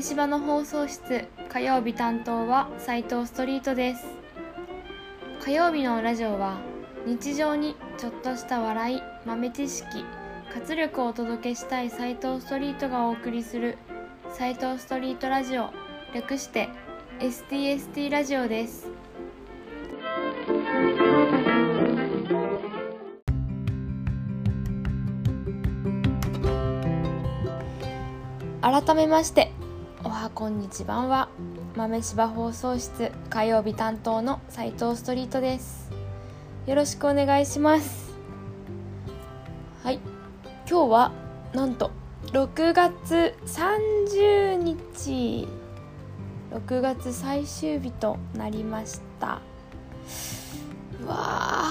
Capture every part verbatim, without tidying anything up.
柴の放送室、火曜日担当は斉藤ストリートです。火曜日のラジオは日常にちょっとした笑い、豆知識、活力をお届けしたい斉藤ストリートがお送りする斉藤ストリートラジオ、略して エスティーエスティー ラジオです。改めましておはこんにちばんは、豆柴放送室火曜日担当の斉藤ストリートです。よろしくお願いします。はい、今日はなんとろくがつさんじゅうにち、ろくがつ最終日となりました。うわ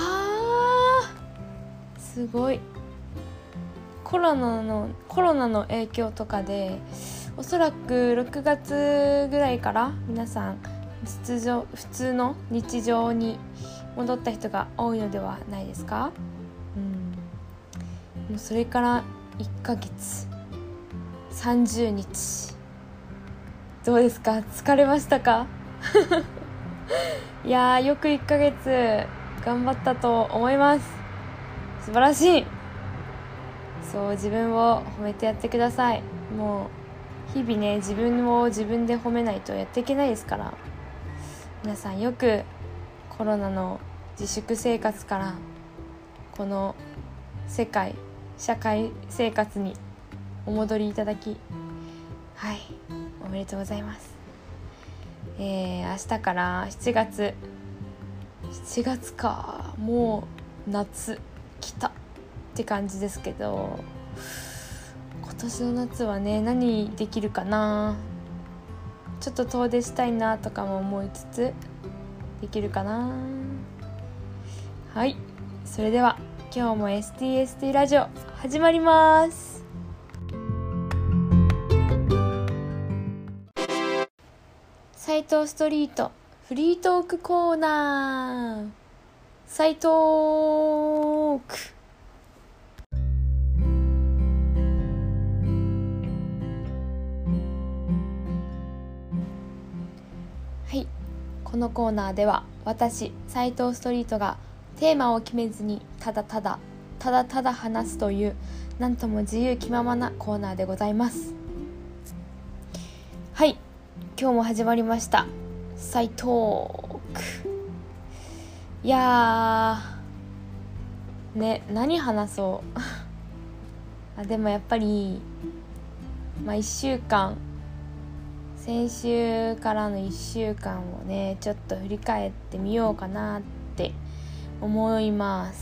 ー、すごい。コロナのコロナの影響とかで、おそらくろくがつぐらいから皆さん普通普通の日常に戻った人が多いのではないですか。うん、もうそれからいっかげつさんじゅうにち、どうですか？疲れましたか？いやー、よくいっかげつ頑張ったと思います。素晴らしい。そう、自分を褒めてやってください。もう日々ね、自分を自分で褒めないとやっていけないですから。皆さんよくコロナの自粛生活からこの世界社会生活にお戻りいただき、はい、おめでとうございます。えー、明日からしちがつしちがつか、もう夏来たって感じですけど、今年の夏はね、何できるかな。ちょっと遠出したいなとかも思いつつ、できるかな。はい、それでは今日も エスティーエスティー ラジオ始まります。斉藤ストリートフリートークコーナー、斉藤ーク。はい、このコーナーでは私斉藤ストリートがテーマを決めずにただただただただ話すという、なんとも自由気ままなコーナーでございます。はい、今日も始まりました斉藤ーク。いやーね、何話そうあでもやっぱりまあいっしゅうかん、先週からのいっしゅうかんをね、ちょっと振り返ってみようかなって思います。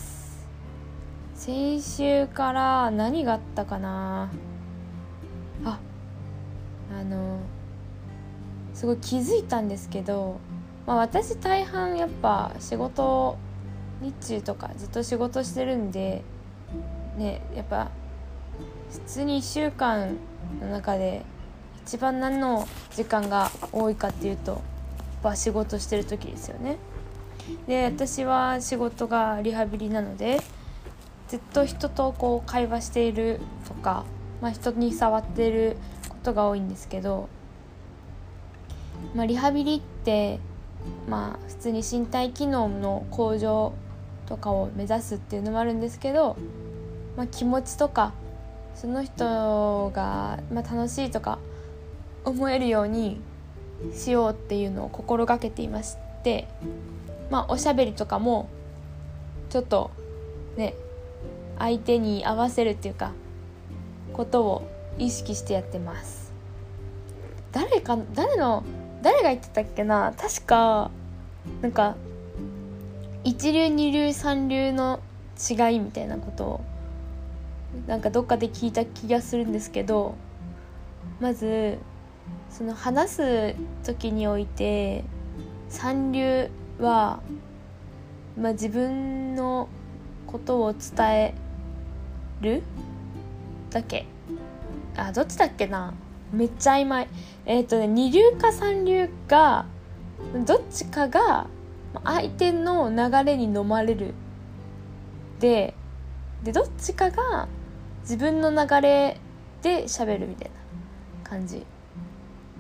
先週から何があったかなあ、あのすごい気づいたんですけど、まあ、私大半やっぱ仕事、日中とかずっと仕事してるんでね、やっぱ普通にいっしゅうかんの中で一番何の時間が多いかっていうと、やっぱ仕事してる時ですよね。で、私は仕事がリハビリなので、ずっと人とこう会話しているとか、まあ、人に触っていることが多いんですけど、まあ、リハビリってまあ普通に身体機能の向上とかを目指すっていうのもあるんですけど、まあ、気持ちとかその人がまあ楽しいとか思えるようにしようっていうのを心がけていまして、まあおしゃべりとかもちょっとね、相手に合わせるっていうかことを意識してやってます。誰か誰の誰が言ってたっけな、確かなんか一流二流三流の違いみたいなことをなんかどっかで聞いた気がするんですけど、まずその話す時において三流は、まあ、自分のことを伝えるだけ、あ、どっちだっけな、めっちゃ曖昧。えっとね、二流か三流がどっちかが相手の流れに飲まれるで、でどっちかが自分の流れで喋るみたいな感じ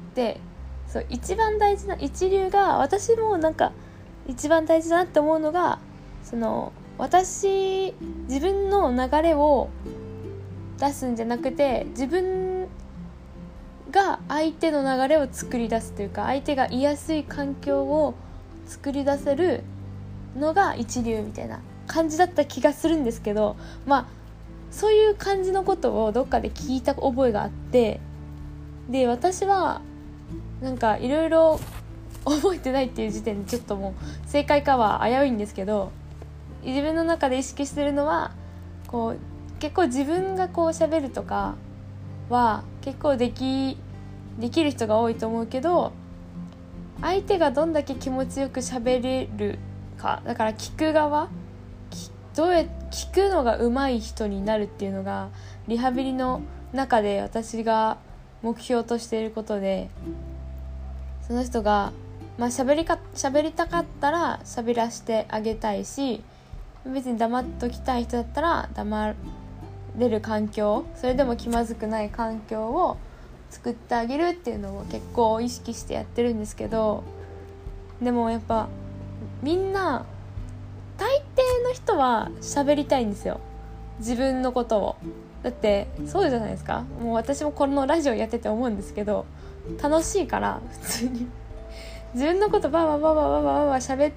で、そう一番大事な一流が、私もなんか一番大事だなって思うのが、その私自分の流れを出すんじゃなくて、自分が相手の流れを作り出すというか、相手が居やすい環境を作り出せるのが一流みたいな感じだった気がするんですけど、まあそういう感じのことをどっかで聞いた覚えがあって、で私はなんかいろいろ覚えてないっていう時点でちょっともう正解かは危ういんですけど、自分の中で意識してるのはこう結構自分がこう喋るとかは結構できできる人が多いと思うけど、相手がどんだけ気持ちよく喋れるか、だから聞く側、どうや聞くのが上手い人になるっていうのがリハビリの中で私が目標としていることで、その人がまあ喋りか喋りたかったら喋らせてあげたいし、別に黙っときたい人だったら黙れる環境、それでも気まずくない環境を作ってあげるっていうのを結構意識してやってるんですけど、でもやっぱみんな大抵の人は喋りたいんですよ、自分のことを。だってそうじゃないですか。もう私もこのラジオやってて思うんですけど、楽しいから普通に自分のことバーバーバーバーバーバーバー喋って、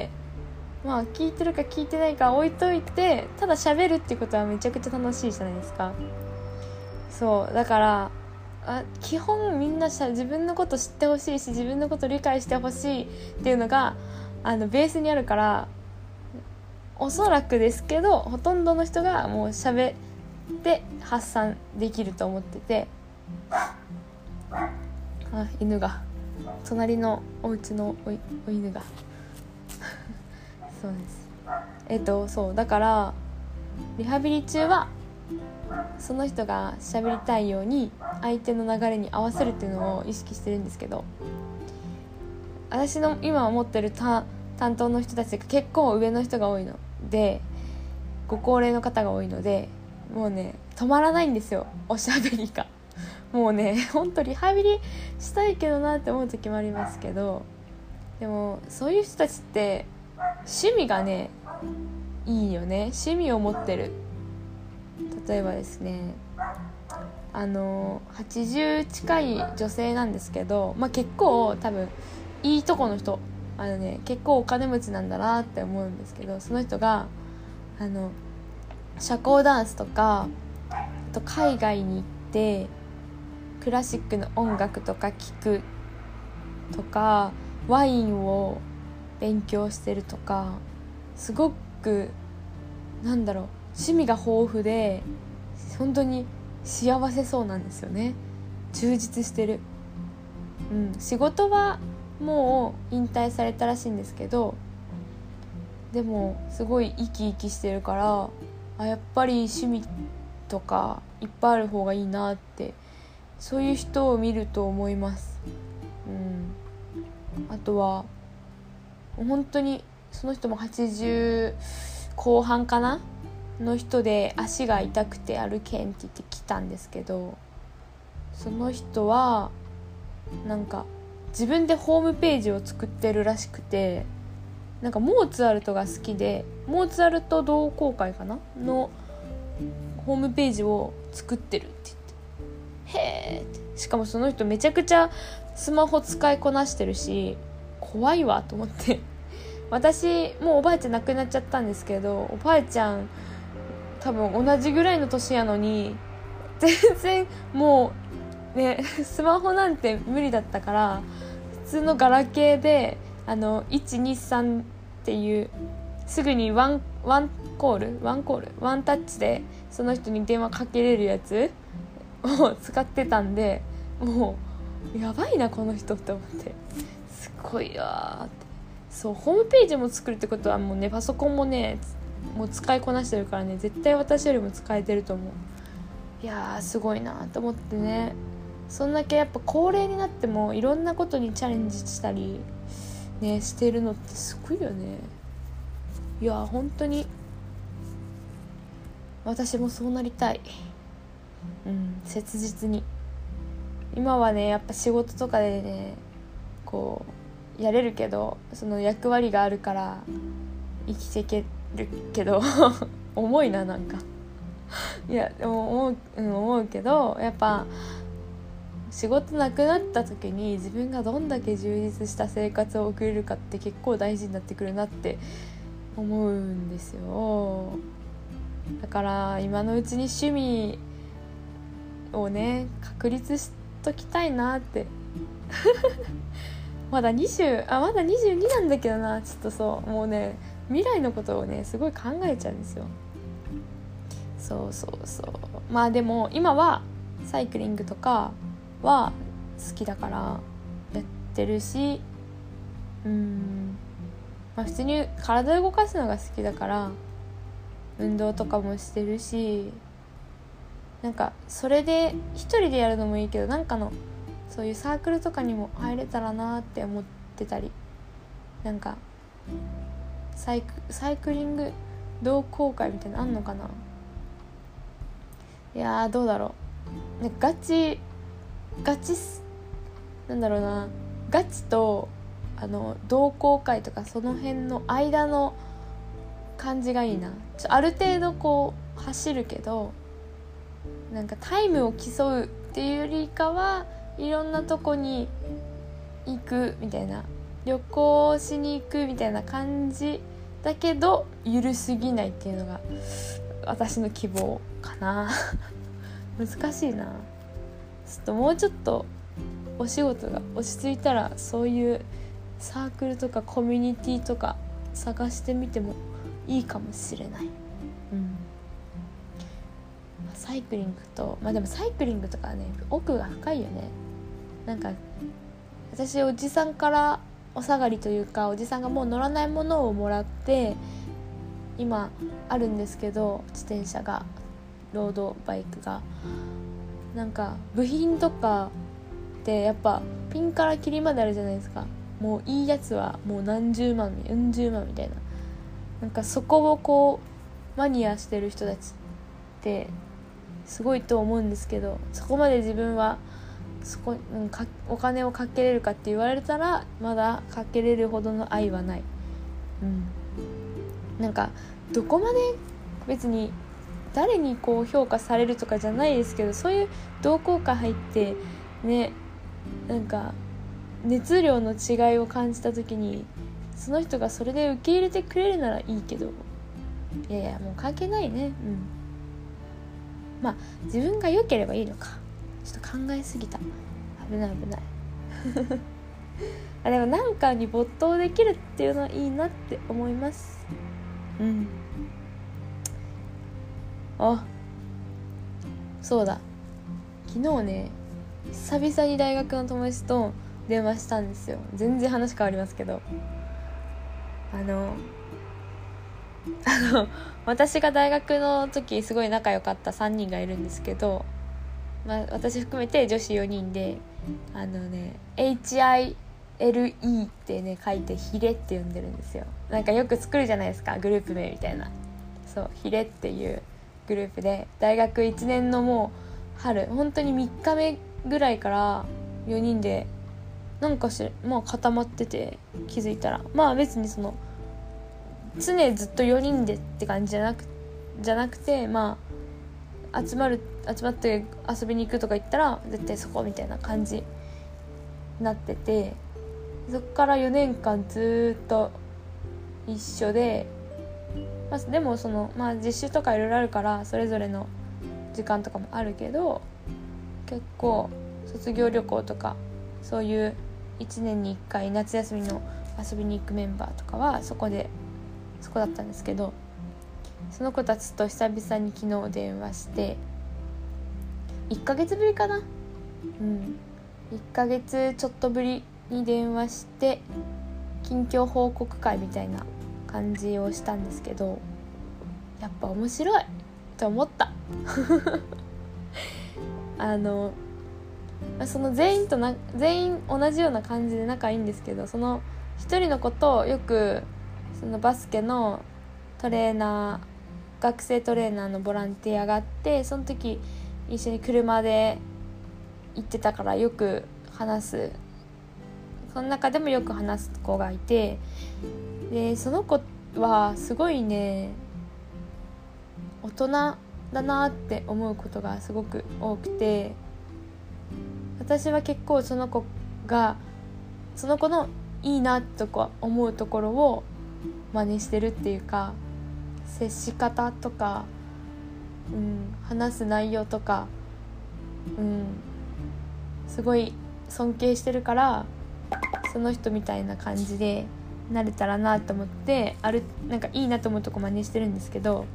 まあ聞いてるか聞いてないか置いといて、ただ喋るっていうことはめちゃくちゃ楽しいじゃないですか。そうだからあ基本みんなしゃ自分のこと知ってほしいし、自分のこと理解してほしいっていうのがあのベースにあるから、おそらくですけどほとんどの人がもう喋って発散できると思ってて、あ犬が隣のお家の お, お犬がそうですえっとそうだからリハビリ中はその人が喋りたいように相手の流れに合わせるっていうのを意識してるんですけど、私の今思ってる担当の人たちが結構上の人が多いので、ご高齢の方が多いので、もうね止まらないんですよ、おしゃべりが。もうねほんとリハビリしたいけどなって思う時もありますけど、でもそういう人たちって趣味がねいいよね。趣味を持ってる。例えばですね、あのはちじゅう近い女性なんですけど、まあ、結構多分いいとこの人、あのね結構お金持ちなんだなって思うんですけど、その人があの社交ダンスとか、あと海外に行ってクラシックの音楽とか聴くとか、ワインを勉強してるとか、すごくなんだろう趣味が豊富で本当に幸せそうなんですよね。充実してる、うん、仕事はもう引退されたらしいんですけど、でもすごい生き生きしてるから、あやっぱり趣味とかいっぱいある方がいいなって、そういう人を見ると思います、うん、あとは本当にその人もはちじゅう後半かなの人で、足が痛くて歩けんって言ってきたんですけど、その人はなんか自分でホームページを作ってるらしくて、なんかモーツァルトが好きで、モーツァルト同好会かなのホームページを作ってるって言って、へーって。しかもその人めちゃくちゃスマホ使いこなしてるし、怖いわと思って私もうおばあちゃん亡くなっちゃったんですけど、おばあちゃん多分同じぐらいの年やのに全然もうねスマホなんて無理だったから、普通のガラケーであのいちにさんっていうすぐにワンワンコールワンコールワンタッチでその人に電話かけれるやつを使ってたんで、もうやばいなこの人って思って、すごいわって。そうホームページも作るってことはもうねパソコンもねもう使いこなしてるからね、絶対私よりも使えてると思う。いやーすごいなと思ってね。そんだけやっぱ高齢になってもいろんなことにチャレンジしたりねしてるのってすごいよね。いやー本当に私もそうなりたい、うん、切実に。 今はねやっぱ仕事とかでねこうやれるけど、その役割があるから生きていけるけど重いな、なんかいやでも思う、うん、思うけど、やっぱ仕事なくなった時に自分がどんだけ充実した生活を送れるかって結構大事になってくるなって思うんですよ。だから今のうちに趣味をね確立しときたいなってまだにじゅうあまだにじゅうになんだけどな、ちょっとそうもうね未来のことをねすごい考えちゃうんですよ。そうそうそう。まあでも今はサイクリングとかは好きだからやってるし、うーんまあ普通に体を動かすのが好きだから運動とかもしてるし、なんかそれで一人でやるのもいいけど、なんかのそういうサークルとかにも入れたらなって思ってたり、なんかサイク、サイクリング同好会みたいなのあんのかな。いやーどうだろう、ね、ガチガチなんだろうな、ガチとあの同好会とかその辺の間の感じがいいな。ちょある程度こう走るけど、なんかタイムを競うっていうよりかはいろんなとこに行くみたいな、旅行しに行くみたいな感じだけどゆるすぎないっていうのが私の希望かな難しいな。ちょっともうちょっとお仕事が落ち着いたらそういうサークルとかコミュニティとか探してみてもいいかもしれない。うんサイクリングと、まあでもサイクリングとかね奥が深いよね。なんか私おじさんからお下がりというか、おじさんがもう乗らないものをもらって今あるんですけど、自転車がロードバイクがなんか部品とかってやっぱピンからキリまであるじゃないですか。もういいやつはもう何十万うん十万みたいな、なんかそこをこうマニアしてる人たちってすごいと思うんですけど、そこまで自分はそこ、うん、かお金をかけれるかって言われたらまだかけれるほどの愛はない。うん、なんかどこまで別に誰にこう評価されるとかじゃないですけど、そういう同好会入ってね、なんか熱量の違いを感じた時にその人がそれで受け入れてくれるならいいけど、いやいやもう関係ないね。うんまあ自分が良ければいいのか。ちょっと考えすぎた。危ない危ないあでもなんかに没頭できるっていうのはいいなって思います。うんあそうだ、昨日ね久々に大学の友達と電話したんですよ。全然話変わりますけど、あのあの私が大学の時すごい仲良かったさんにんがいるんですけど、まあ、私含めて女子よにんで、あのね エイチアイエルイー ってね書いてヒレって呼んでるんですよ。なんかよく作るじゃないですかグループ名みたいな。そうヒレっていうグループで、大学いちねんのもう春本当にみっかめぐらいからよにんでなんかしまあ固まってて、気づいたらまあ別にその常ずっとよにんでって感じじゃなくじゃなくてまあ集まる集まって遊びに行くとか言ったら絶対そこみたいな感じになってて、そっからよねんかんずっと一緒で、まあ、でもそのまあ実習とかいろいろあるからそれぞれの時間とかもあるけど、結構卒業旅行とかそういういちねんにいっかい夏休みの遊びに行くメンバーとかはそこでそこだったんですけど、その子たちと久々に昨日電話していっかげつぶりかな、うんいっかげつちょっとぶりに電話して近況報告会みたいな感じをしたんですけど、やっぱ面白いと思ったあのその全員とな全員同じような感じで仲いいんですけど、その一人の子とよくそのバスケのトレーナー学生トレーナーのボランティアがあって、その時一緒に車で言ってたからよく話す、その中でもよく話す子がいて、でその子はすごいね大人だなって思うことがすごく多くて、私は結構その子がその子のいいなとか思うところを真似してるっていうか、接し方とか、うん、話す内容とか、うん、すごい尊敬してるから、その人みたいな感じでなれたらなと思って、あるなんかいいなと思うとこ真似してるんですけど、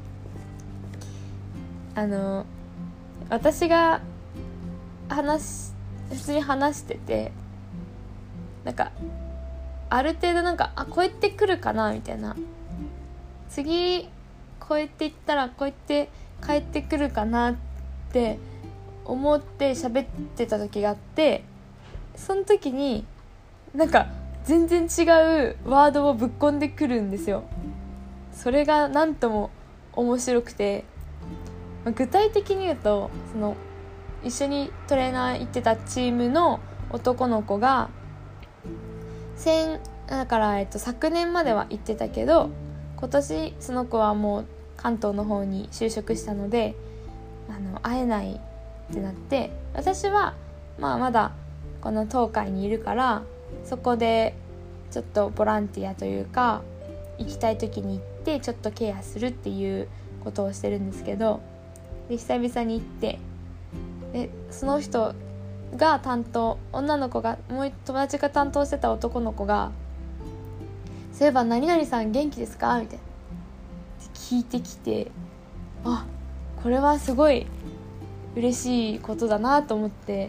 あの私が話し普通に話してて、なんかある程度なんかあこうやってくるかなみたいな、次こうやっていったらこうやって帰ってくるかなって思って喋ってた時があって、その時になんか全然違うワードをぶっこんでくるんですよ。それがなんとも面白くて、具体的に言うと、その一緒にトレーナー行ってたチームの男の子が先だから、えっと、昨年までは行ってたけど、今年その子はもう関東の方に就職したのであの会えないってなって、私は、まあ、まだこの東海にいるからそこでちょっとボランティアというか行きたい時に行ってちょっとケアするっていうことをしてるんですけど、で久々に行って、でその人が担当女の子がもう友達が担当してた男の子が、そういえば何々さん元気ですかみたいな聞いてきて、あこれはすごい嬉しいことだなと思って、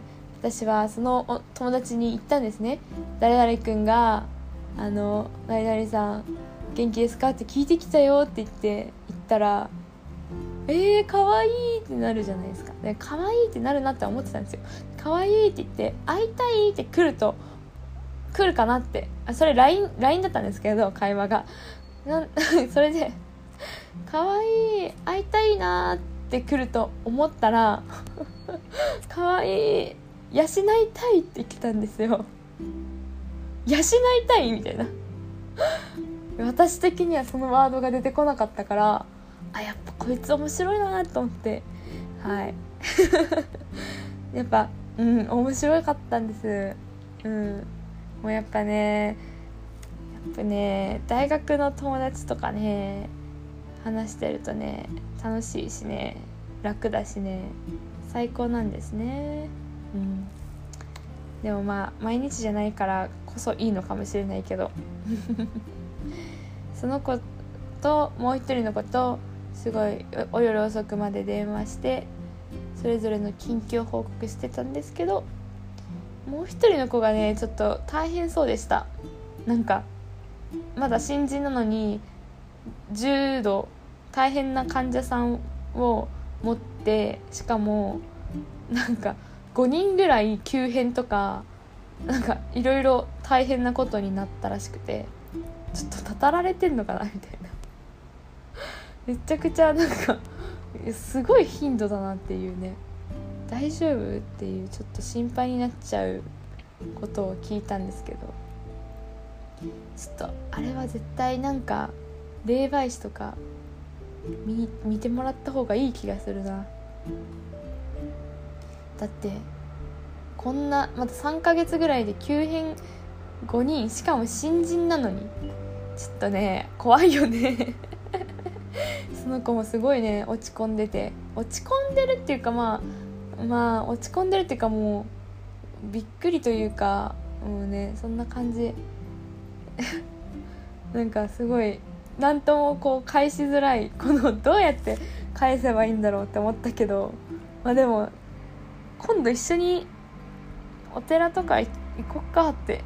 私はその友達に言ったんですね。誰々くんがあの何々さん元気ですかって聞いてきたよって言って言ったら、えー、かわいいってなるじゃないですか。でかわいいってなるなって思ってたんですよ。かわいいって言って会いたいって来ると来るかなって、あそれ ライン, ラインだったんですけど、会話がなんそれでかわいい会いたいなって来ると思ったらかわいい養いたいって来たんですよ。養いたいみたいな私的にはそのワードが出てこなかったから、あやっぱこいつ面白いなと思って、はいやっぱうん面白かったんです。うんもうやっぱねやっぱね大学の友達とかね話してるとね楽しいしね楽だしね最高なんですね。うんでもまあ毎日じゃないからこそいいのかもしれないけどその子ともう一人の子とすごいお夜遅くまで電話してそれぞれの近況報告してたんですけど、もう一人の子がねちょっと大変そうでした。なんかまだ新人なのに重度大変な患者さんを持って、しかもなんかごにんぐらい急変とかなんかいろいろ大変なことになったらしくて、ちょっとたたられてんのかなみたいなめちゃくちゃなんかすごい頻度だなっていうね、大丈夫っていうちょっと心配になっちゃうことを聞いたんですけど、ちょっとあれは絶対なんか霊媒師とか 見, 見てもらった方がいい気がするな。だってこんなまたさんかげつぐらいで急変ごにん、しかも新人なのにちょっとね怖いよねその子もすごいね落ち込んでて、落ち込んでるっていうかまあまあ落ち込んでるっていうかもうびっくりというかもうねそんな感じなんかすごいなんともこう返しづらい、このどうやって返せばいいんだろうって思ったけど、まあでも今度一緒にお寺とか行こっかって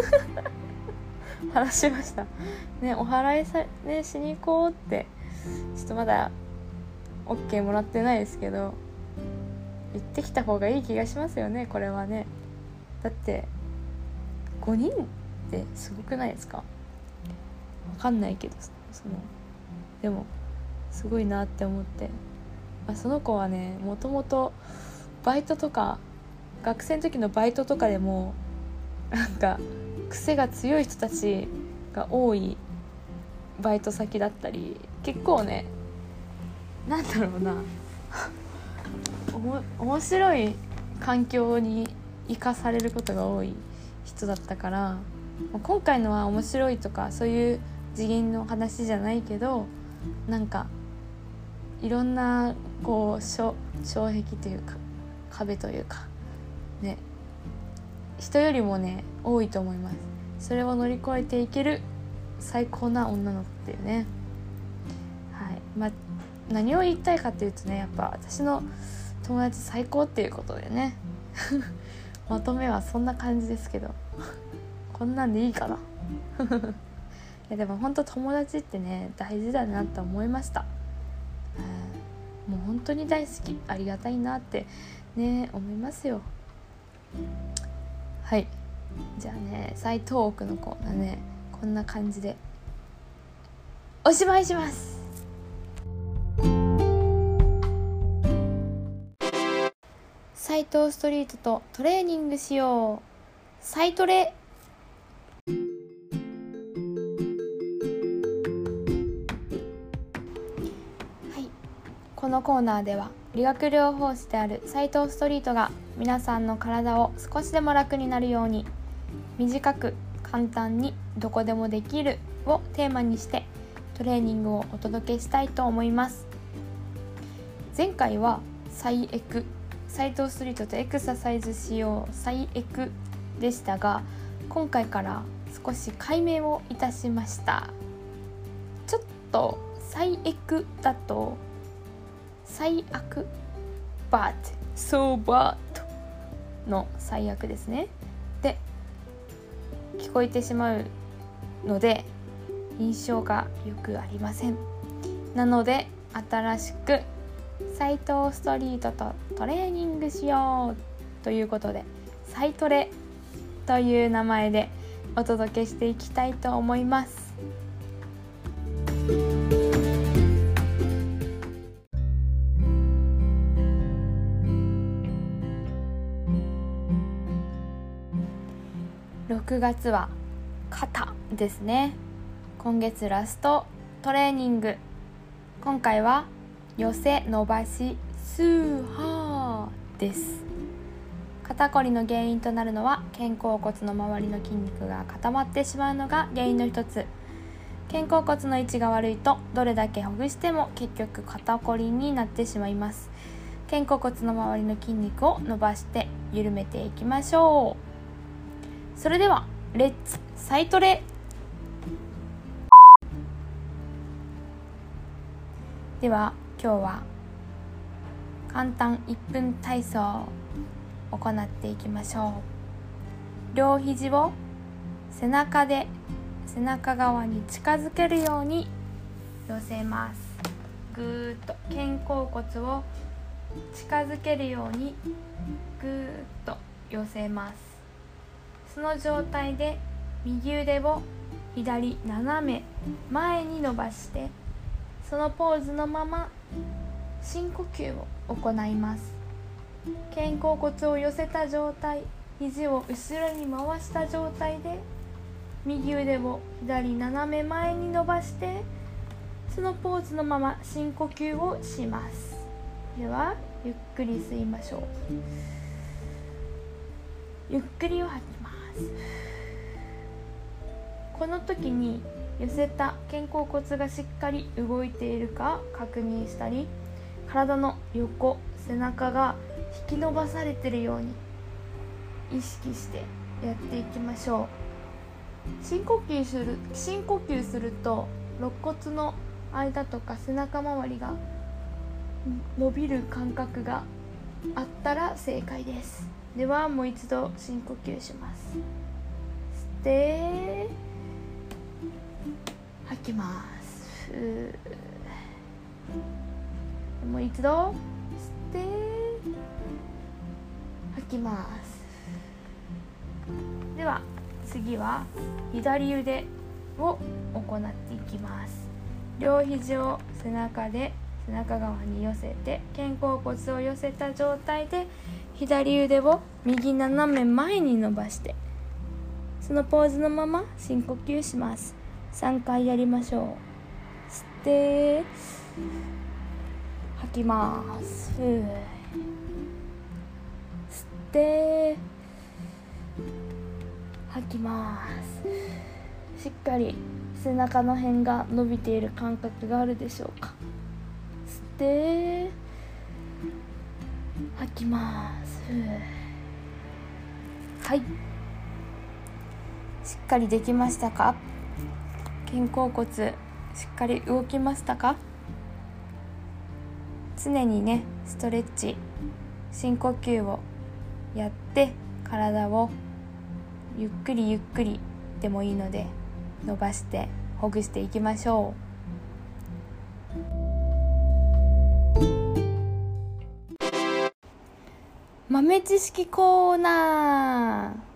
話しましたね。お祓いさ、ね、しに行こうって、ちょっとまだ OK もらってないですけど行ってきた方がいい気がしますよね。これはね、だってごにんってすごくないですか？わかんないけど、そのでもすごいなって思って、まあ、その子はねもともとバイトとか学生の時のバイトとかでもなんか癖が強い人たちが多いバイト先だったり、結構ね、なんだろうなおも面白い環境に生かされることが多い人だったから、今回のは面白いとかそういう次元の話じゃないけど、なんかいろんなこう障壁というか壁というかね、人よりもね多いと思います。それを乗り越えていける最高な女の子っていうね。はい、まあ何を言いたいかっていうとね、やっぱ私の友達最高っていうことでねまとめはそんな感じですけどこんなんでいいかないやでも本当友達ってね大事だなと思いました。もう本当に大好き、ありがたいなってね思いますよ。はい、じゃあね、再トークのコーナーね、こんな感じでおしまいします。斉藤ストリートとトレーニングしよう、サイトレ。このコーナーでは理学療法士である斉藤ストリートが皆さんの体を少しでも楽になるように、短く簡単にどこでもできるをテーマにしてトレーニングをお届けしたいと思います。前回はサイエク、斉藤ストリートとエクササイズしようサイエクでしたが、今回から少し改名をいたしました。ちょっとサイエクだと最悪バッド、so bad の最悪ですねで聞こえてしまうので印象がよくありません。なので新しく斉藤ストリートとトレーニングしようということで、サイトレという名前でお届けしていきたいと思います。ろくがつは肩ですね。今月ラストトレーニング、今回は寄せ伸ばしスーハーです。肩こりの原因となるのは肩甲骨の周りの筋肉が固まってしまうのが原因の一つ。肩甲骨の位置が悪いとどれだけほぐしても結局肩こりになってしまいます。肩甲骨の周りの筋肉を伸ばして緩めていきましょう。それではレッツサイトレ。では今日は簡単いっぷん体操を行っていきましょう。両肘を背中で背中側に近づけるように寄せます。ぐーっと肩甲骨を近づけるようにぐーっと寄せます。その状態で右腕を左斜め前に伸ばして、そのポーズのまま深呼吸を行います。肩甲骨を寄せた状態、肘を後ろに回した状態で右腕を左斜め前に伸ばして、そのポーズのまま深呼吸をします。ではゆっくり吸いましょう。ゆっくりを吐きます。この時に寄せた肩甲骨がしっかり動いているか確認したり、体の横背中が引き伸ばされているように意識してやっていきましょう。深呼吸する深呼吸すると肋骨の間とか背中周りが伸びる感覚があったら正解です。ではもう一度深呼吸します。吸って吐きます。もう一度吸って吐きます。では次は左腕を行っていきます。両肘を背中で背中側に寄せて肩甲骨を寄せた状態で左腕を右斜め前に伸ばして、そのポーズのまま深呼吸します。さんかいやりましょう。吸って吐きます。ふう。吸って吐きます。しっかり背中の辺が伸びている感覚があるでしょうか。吸って吐きます。ふう。はい、しっかりできましたか？肩甲骨しっかり動きましたか？常にね、ストレッチ、深呼吸をやって体をゆっくりゆっくりでもいいので伸ばしてほぐしていきましょう。豆知識コーナー。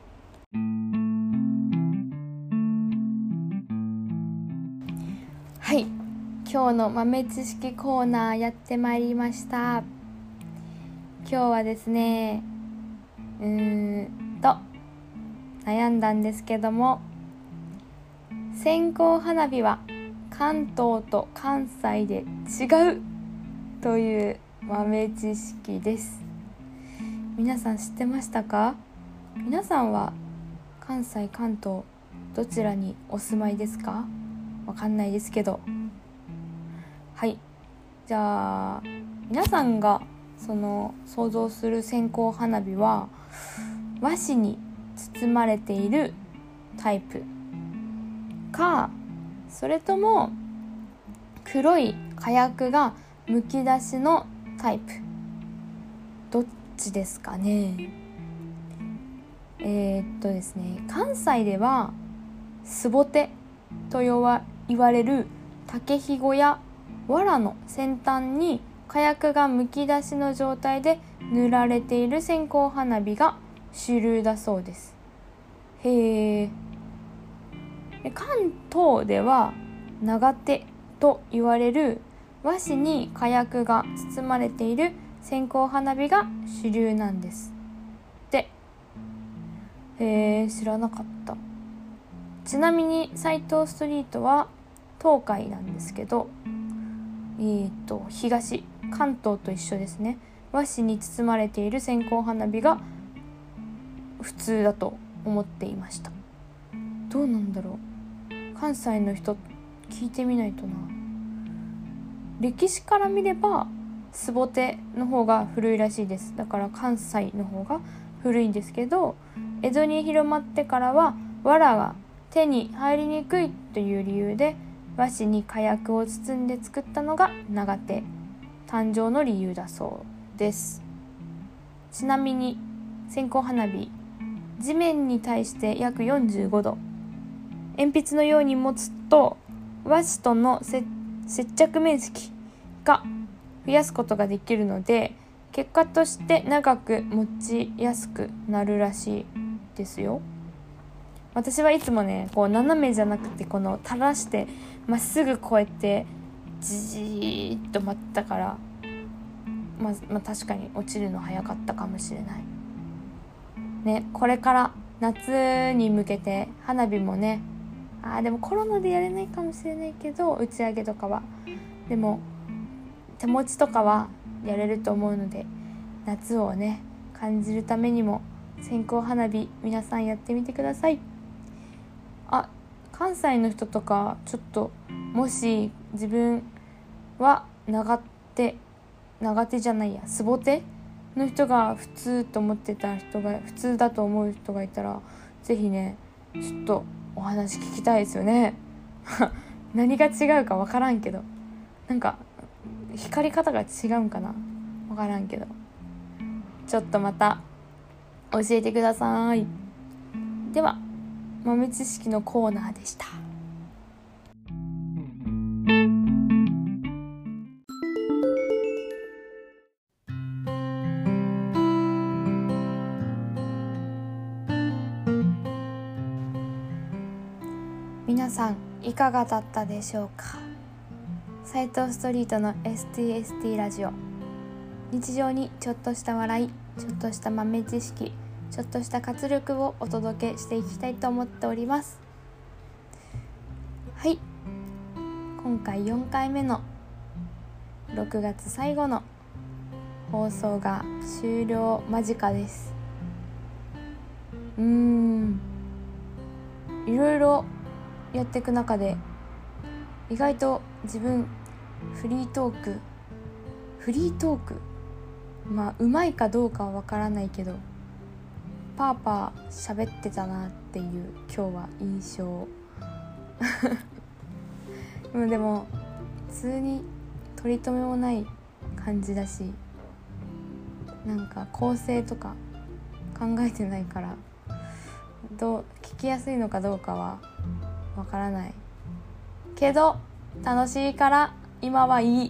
はい、今日の豆知識コーナーやってまいりました。今日はですね、うーんと悩んだんですけども、線香花火は関東と関西で違うという豆知識です。皆さん知ってましたか？皆さんは関西、関東どちらにお住まいですか？わかんないですけど、はい、じゃあ皆さんがその想像する線香花火は和紙に包まれているタイプか、それとも黒い火薬がむき出しのタイプ、どっちですかね？えー、っとですね関西ではすぼてと言わ言われる竹ひごや藁の先端に火薬がむき出しの状態で塗られている線香花火が主流だそうです。へえ。関東では長手と言われる和紙に火薬が包まれている線香花火が主流なんですって。へえ、知らなかった。ちなみに斎藤ストリートは東海なんですけど、えーと東、関東と一緒ですね。和紙に包まれている線香花火が普通だと思っていました。どうなんだろう、関西の人聞いてみないとな。歴史から見ればすぼての方が古いらしいです。だから関西の方が古いんですけど、江戸に広まってからは藁が手に入りにくいという理由で和紙に火薬を包んで作ったのが長手誕生の理由だそうです。ちなみに線香花火、地面に対して約よんじゅうごど、鉛筆のように持つと和紙との接着面積が増やすことができるので、結果として長く持ちやすくなるらしいですよ。私はいつもね、こう斜めじゃなくてこの垂らしてまっすぐこうやってじーっと待ったから、まあ、まあ確かに落ちるの早かったかもしれないね。これから夏に向けて花火もね、あーでもコロナでやれないかもしれないけど、打ち上げとかはでも手持ちとかはやれると思うので、夏をね感じるためにも線香花火皆さんやってみてください。あ、関西の人とかちょっともし自分は長手長手じゃないやすぼ手の人が普通と思ってた人が普通だと思う人がいたら、ぜひねちょっとお話聞きたいですよね何が違うか分からんけど、なんか光り方が違うんかな、分からんけど、ちょっとまた教えてください。では豆知識のコーナーでした。皆さんいかがだったでしょうか。 斉藤ストリートの エスティーエスティー ラジオ。日常にちょっとした笑い、ちょっとした豆知識、ちょっとした活力をお届けしていきたいと思っております。はい、今回よんかいめのろくがつ最後の放送が終了間近です。うーんいろいろやっていく中で意外と自分フリートークフリートークまあうまいかどうかはわからないけどパーパー喋ってたなっていう今日は印象でも普通に取り留めもない感じだし、なんか構成とか考えてないからどう聞きやすいのかどうかはわからないけど楽しいから今はいい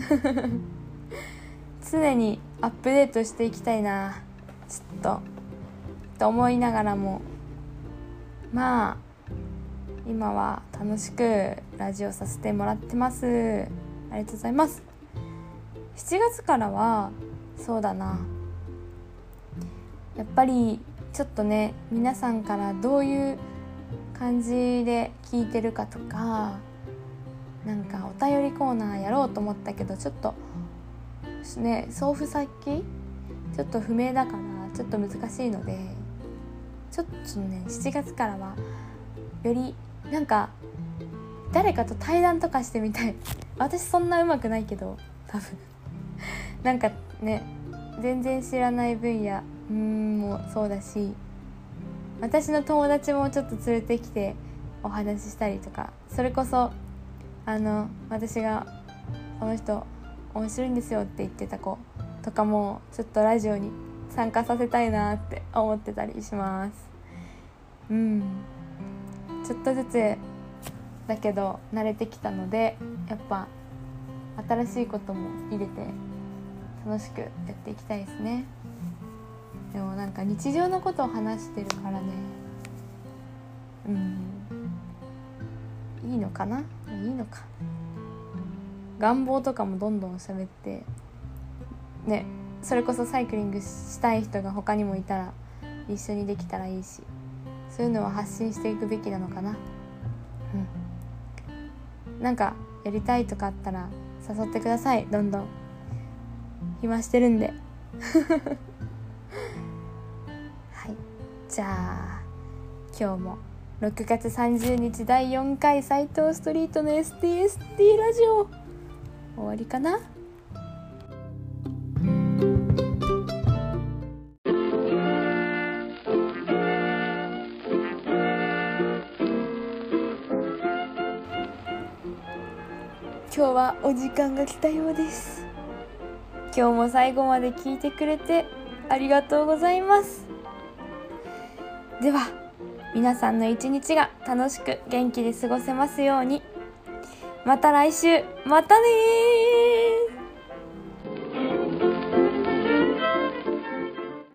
常にアップデートしていきたいなちょっとと思いながらも、まあ今は楽しくラジオさせてもらってます。ありがとうございます。しちがつからはそうだな、やっぱりちょっとね皆さんからどういう感じで聞いてるかとか、なんかお便りコーナーやろうと思ったけどちょっとね送付先ちょっと不明だからちょっと難しいので、ちょっとねしちがつからはよりなんか誰かと対談とかしてみたい。私そんな上手くないけど多分なんかね全然知らない分野うーんもそうだし、私の友達もちょっと連れてきてお話ししたりとか、それこそあの私がこの人面白いんですよって言ってた子とかもちょっとラジオに参加させたいなって思ってたりします。うんちょっとずつだけど慣れてきたので、やっぱ新しいことも入れて楽しくやっていきたいですね。でもなんか日常のことを話してるからね、うんいいのかな、いいのか、願望とかもどんどん喋ってね、それこそサイクリングしたい人が他にもいたら一緒にできたらいいし、そういうのは発信していくべきなのかな。うんなんかやりたいとかあったら誘ってください。どんどん暇してるんではい、じゃあ今日もろくがつさんじゅうにちだいよんかい斉藤ストリートの エスティーエスティー ラジオ終わりかな。今日はお時間が来たようです。今日も最後まで聞いてくれてありがとうございます。では皆さんの一日が楽しく元気で過ごせますように。また来週、またねー。